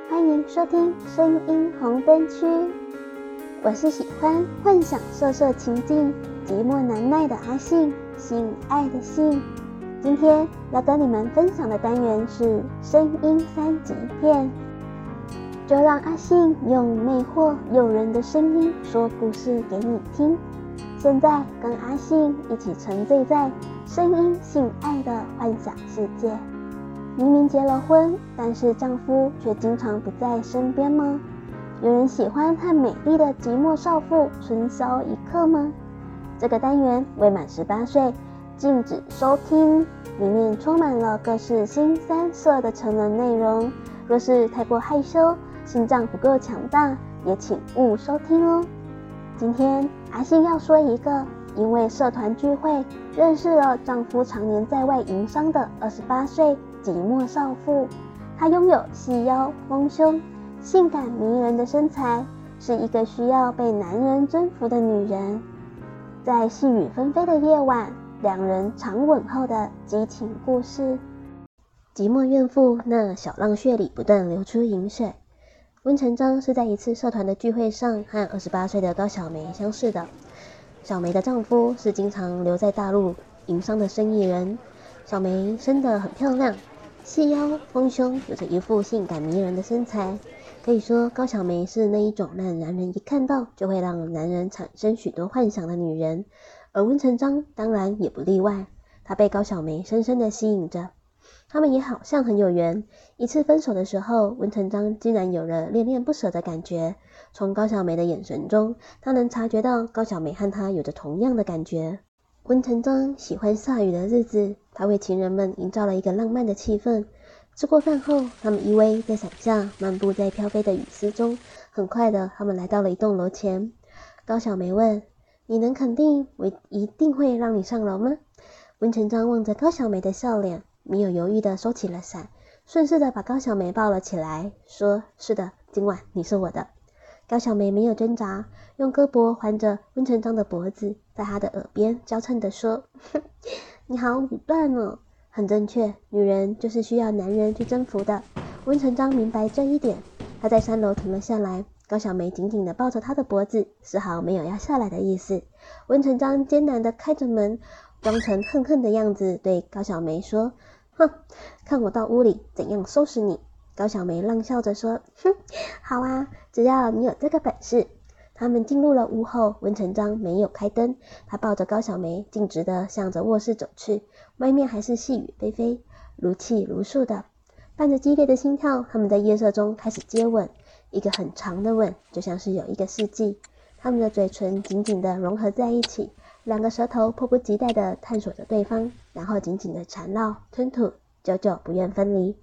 欢迎收听声音红灯区。我是喜欢幻想色色情境、寂寞难耐的阿信，性爱的性。今天要跟你们分享的单元是声音3级片，就让阿信用魅惑诱人的声音说故事给你听。现在跟阿信一起沉醉在声音性爱的幻想世界。明明结了婚，但是丈夫却经常不在身边吗？有人喜欢和美丽的寂寞少妇春宵一刻吗？这个单元未满18岁禁止收听，里面充满了各式腥膻色的成人内容，若是太过害羞，心脏不够强大，也请勿收听哦。今天阿信要说一个因为社团聚会认识了丈夫常年在外营商的28岁寂寞少妇。她拥有细腰丰胸，性感迷人的身材，是一个需要被男人征服的女人。在细雨纷飞的夜晚，两人长吻后的激情故事。寂寞怨妇那小浪穴里不断流出淫水。温成章是在一次社团的聚会上和28岁的高小梅相识的。小梅的丈夫是经常留在大陆营商的生意人。小梅生得很漂亮，细腰丰胸，有着一副性感迷人的身材。可以说高小梅是那一种让男人一看到就会让男人产生许多幻想的女人，而温成章当然也不例外。他被高小梅深深地吸引着，他们也好像很有缘。一次分手的时候，温成章竟然有了恋恋不舍的感觉。从高小梅的眼神中，他能察觉到高小梅和他有着同样的感觉。温成章喜欢下雨的日子，他为情人们营造了一个浪漫的气氛。吃过饭后，他们依偎在伞下，漫步在飘飞的雨丝中。很快的，他们来到了一栋楼前。高小梅问：“你能肯定我一定会让你上楼吗？”温成章望着高小梅的笑脸，没有犹豫地收起了伞，顺势地把高小梅抱了起来，说：“是的，今晚你是我的。”高小梅没有挣扎，用胳膊环着温成章的脖子，在他的耳边娇嗔地说：“你好武断哦。”很正确，女人就是需要男人去征服的。温成章明白这一点，他在3楼停了下来。高小梅紧紧地抱着他的脖子，丝毫没有要下来的意思。温成章艰难地开着门，装成恨恨的样子，对高小梅说：“哼，看我到屋里怎样收拾你。”高小梅浪笑着说：“哼，好啊，只要你有这个本事。”他们进入了屋后，温成章没有开灯，他抱着高小梅径直地向着卧室走去。外面还是细雨霏霏，如泣如诉的，伴着激烈的心跳，他们在夜色中开始接吻，一个很长的吻，就像是有一个世纪。他们的嘴唇紧紧地融合在一起，两个舌头迫不及待地探索着对方，然后紧紧地缠绕吞吐，久久不愿分离。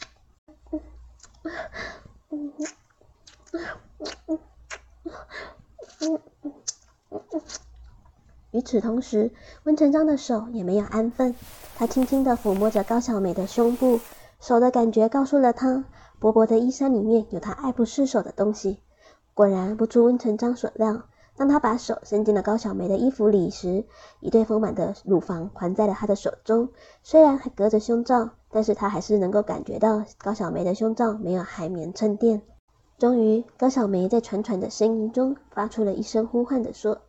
与此同时，温成章的手也没有安分，他轻轻地抚摸着高小梅的胸部，手的感觉告诉了他，薄薄的衣衫里面有他爱不释手的东西。果然不出温成章所料，当他把手伸进了高小梅的衣服里时，一对丰满的乳房环在了他的手中，虽然还隔着胸罩，但是他还是能够感觉到高小梅的胸罩没有海绵衬垫。终于，高小梅在喘喘的呻吟中发出了一声呼唤地说：“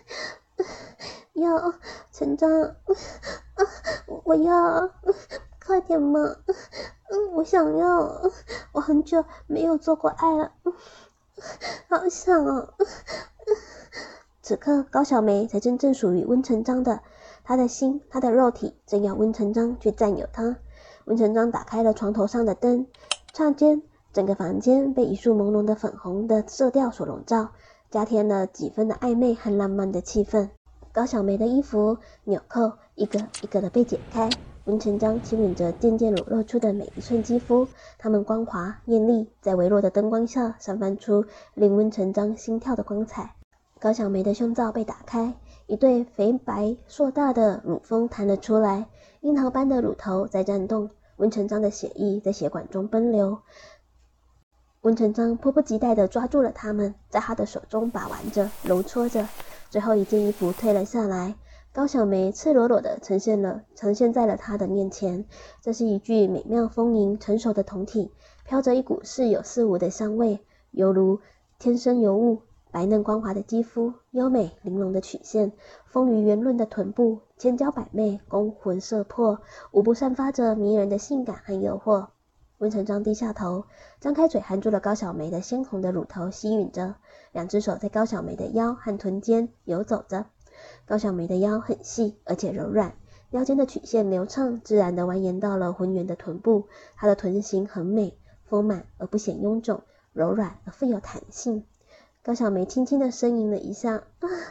要成章，我要，快点嘛，我想要，我很久没有做过爱了，好想哦。”此刻高小梅才真正属于温成章的，她的心，她的肉体正要温成章去占有她。温成章打开了床头上的灯，霎间整个房间被一束朦胧的粉红的色调所笼罩，加添了几分的暧昧和浪漫的气氛。高小梅的衣服纽扣一个一个的被解开，温成章亲吻着渐渐裸露出的每一寸肌肤，它们光滑艳丽，在微弱的灯光下散发出令温成章心跳的光彩。高小梅的胸罩被打开，一对肥白硕大的乳峰弹了出来，樱桃般的乳头在颤动，温成章的血液在血管中奔流。温成章迫不及待地抓住了它们，在他的手中把玩着，揉搓着。最后一件衣服退了下来，高小梅赤裸裸地呈现在了他的面前。这是一具美妙丰盈成熟的酮体， 飘着一股似有似无的香味，犹如天生尤物。白嫩光滑的肌肤，优美玲珑的曲线，丰腴圆润的臀部，千娇百媚，攻魂摄魄，无不散发着迷人的性感和诱惑。温成章低下头，张开嘴含住了高小梅的鲜红的乳头，吸吮着，两只手在高小梅的腰和臀间游走着。高小梅的腰很细而且柔软，腰间的曲线流畅自然地蜿蜒到了浑圆的臀部，她的臀型很美，丰满而不显臃肿，柔软而富有弹性。高小梅轻轻地呻吟了一下，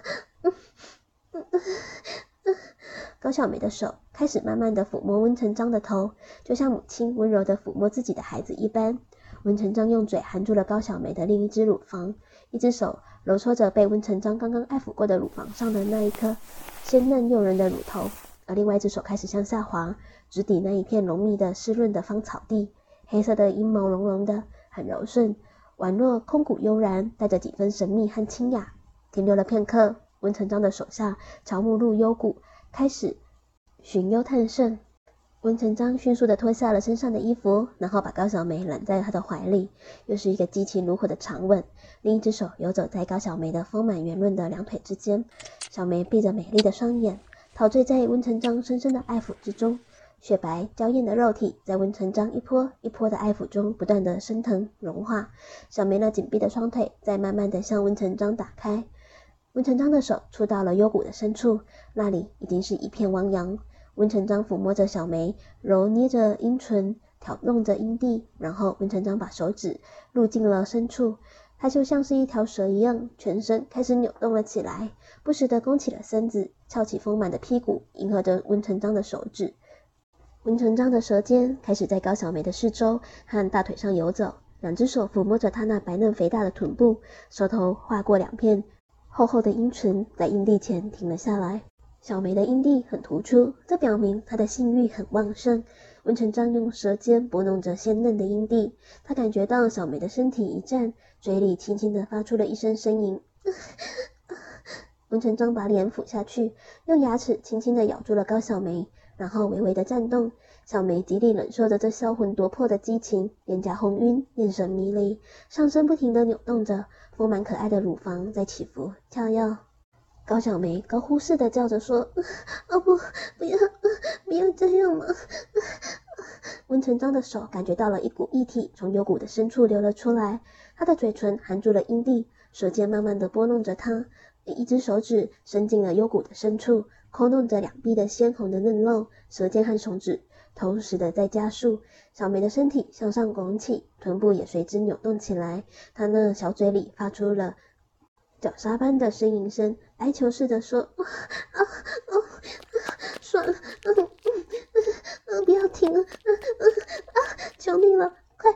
高小梅的手开始慢慢地抚摸温成章的头，就像母亲温柔地抚摸自己的孩子一般。温成章用嘴含住了高小梅的另一只乳房，一只手揉搓着被温成章刚刚爱抚过的乳房上的那一颗鲜嫩诱人的乳头，而另外一只手开始向下滑，直抵那一片浓密的湿润的芳草地，黑色的阴毛茸茸的，很柔顺，宛若空谷悠然，带着几分神秘和清雅。停留了片刻，温成章的手下朝目入幽谷，开始寻幽探胜。温成章迅速地脱下了身上的衣服，然后把高小梅揽在他的怀里，又是一个激情如火的长吻，另一只手游走在高小梅的丰满圆润的两腿之间。小梅闭着美丽的双眼，陶醉在温成章深深的爱抚之中，雪白娇艳的肉体在温成章一波一波的爱抚中不断的升腾融化。小梅那紧闭的双腿在慢慢的向温成章打开，温成章的手触到了幽谷的深处，那里已经是一片汪洋。温成章抚摸着小梅，揉捏着阴唇，挑弄着阴蒂，然后温成章把手指入进了深处，他就像是一条蛇一样，全身开始扭动了起来，不时地弓起了身子，翘起丰满的屁股，迎合着温成章的手指。温成章的舌尖开始在高小梅的四周和大腿上游走，两只手抚摸着她那白嫩肥大的臀部，手头划过两片厚厚的阴唇，在阴蒂前停了下来。小梅的阴蒂很突出，这表明她的性欲很旺盛。温成章用舌尖拨弄着鲜嫩的阴蒂，他感觉到小梅的身体一颤，嘴里轻轻地发出了一声呻吟。温成章把脸俯下去，用牙齿轻轻地咬住了高小梅，然后微微地颤动。小梅极力忍受着这销魂夺魄的激情，脸颊红晕，眼神迷离，上身不停地扭动着，丰满可爱的乳房在起伏跳跃。高小梅高呼似的叫着说：“不要这样嘛！”温成章的手感觉到了一股液体从幽谷的深处流了出来，他的嘴唇含住了阴蒂，舌尖慢慢地拨弄着它，一只手指伸进了幽谷的深处，抠弄着两臂的鲜红的嫩肉，舌尖和手指同时的在加速。小梅的身体向上拱起，臀部也随之扭动起来，她那小嘴里发出了绞杀般的呻吟声，哀求似的说：“算了，不要停了，求你了，快，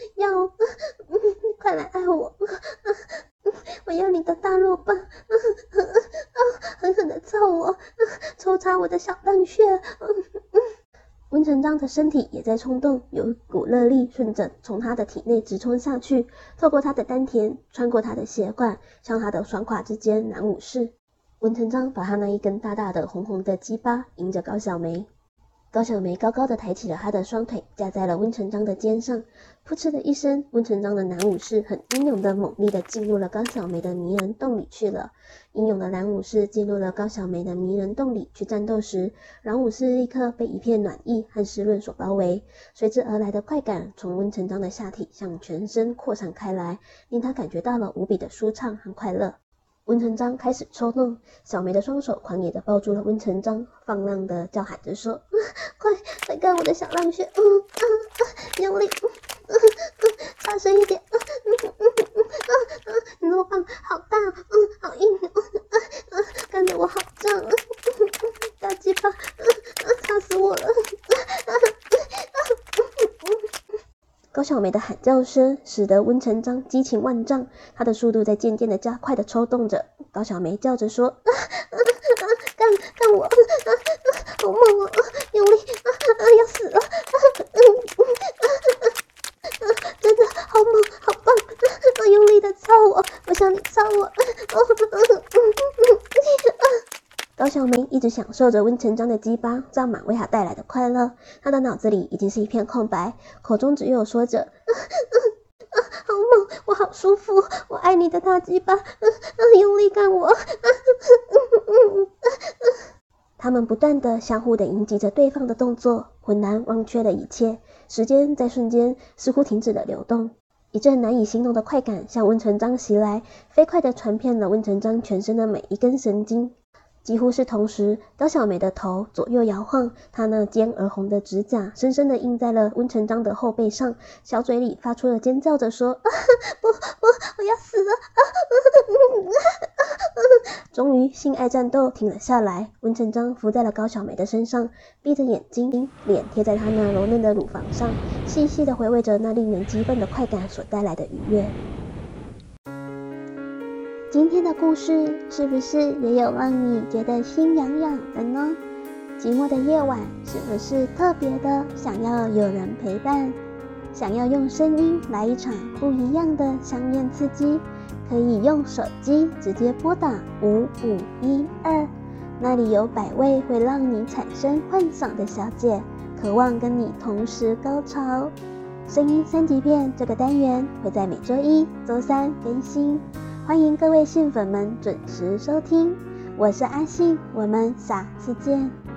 快来爱我，我要你的大肉棒，狠狠的操我，抽插我的小浪穴。”温成章的身体也在冲动，有一股热力顺着从他的体内直冲下去，透过他的丹田，穿过他的血管，向他的双胯之间南舞视。温成章把他那一根大大的红红的鸡巴迎着高小梅，高小梅高高的抬起了她的双腿，架在了温成章的肩上。噗嗤的一声，温成章的男武士很英勇的猛力的进入了高小梅的迷人洞里去了。英勇的男武士进入了高小梅的迷人洞里去战斗时，男武士立刻被一片暖意和湿润所包围，随之而来的快感从温成章的下体向全身扩散开来，令他感觉到了无比的舒畅和快乐。温成章开始抽动，小梅的双手狂野地抱住了温成章，放浪地叫喊着说：“快干我的小浪穴，用力，大声一点，你肉棒好大，好硬，干得我好胀，大鸡巴，插死我了。”高小梅的喊叫声使得温成章激情万丈，他的速度在渐渐的加快的抽动着。高小梅叫着说：“干我，好猛啊，用力，要死了，真的好猛，好棒，用力的操我，我想你操我。”高小梅一直享受着温成章的鸡巴胀满为她带来的快乐，她的脑子里已经是一片空白，口中只有说着好猛，我好舒服，我爱你的大鸡巴，用力干我。他们不断的相互的迎击着对方的动作，浑然忘却了一切，时间在瞬间似乎停止了流动。一阵难以形容的快感向温成章袭来，飞快地传遍了温成章全身的每一根神经。几乎是同时，高小梅的头左右摇晃，她那尖而红的指甲深深地印在了温成章的后背上，小嘴里发出了尖叫着说不，我要死了终于性爱战斗停了下来，温成章伏在了高小梅的身上，闭着眼睛，脸贴在她那柔嫩的乳房上，细细地回味着那令人激愤的快感所带来的愉悦。 今天的故事是不是也有让你觉得心痒痒的呢？寂寞的夜晚是不是特别的想要有人陪伴，想要用声音来一场不一样的香艳刺激？可以用手机直接拨打5512，那里有100位会让你产生幻想的小姐，渴望跟你同时高潮。声音3级片这个单元会在每周1、周3更新，欢迎各位性粉们准时收听。我是阿信，我们下次见。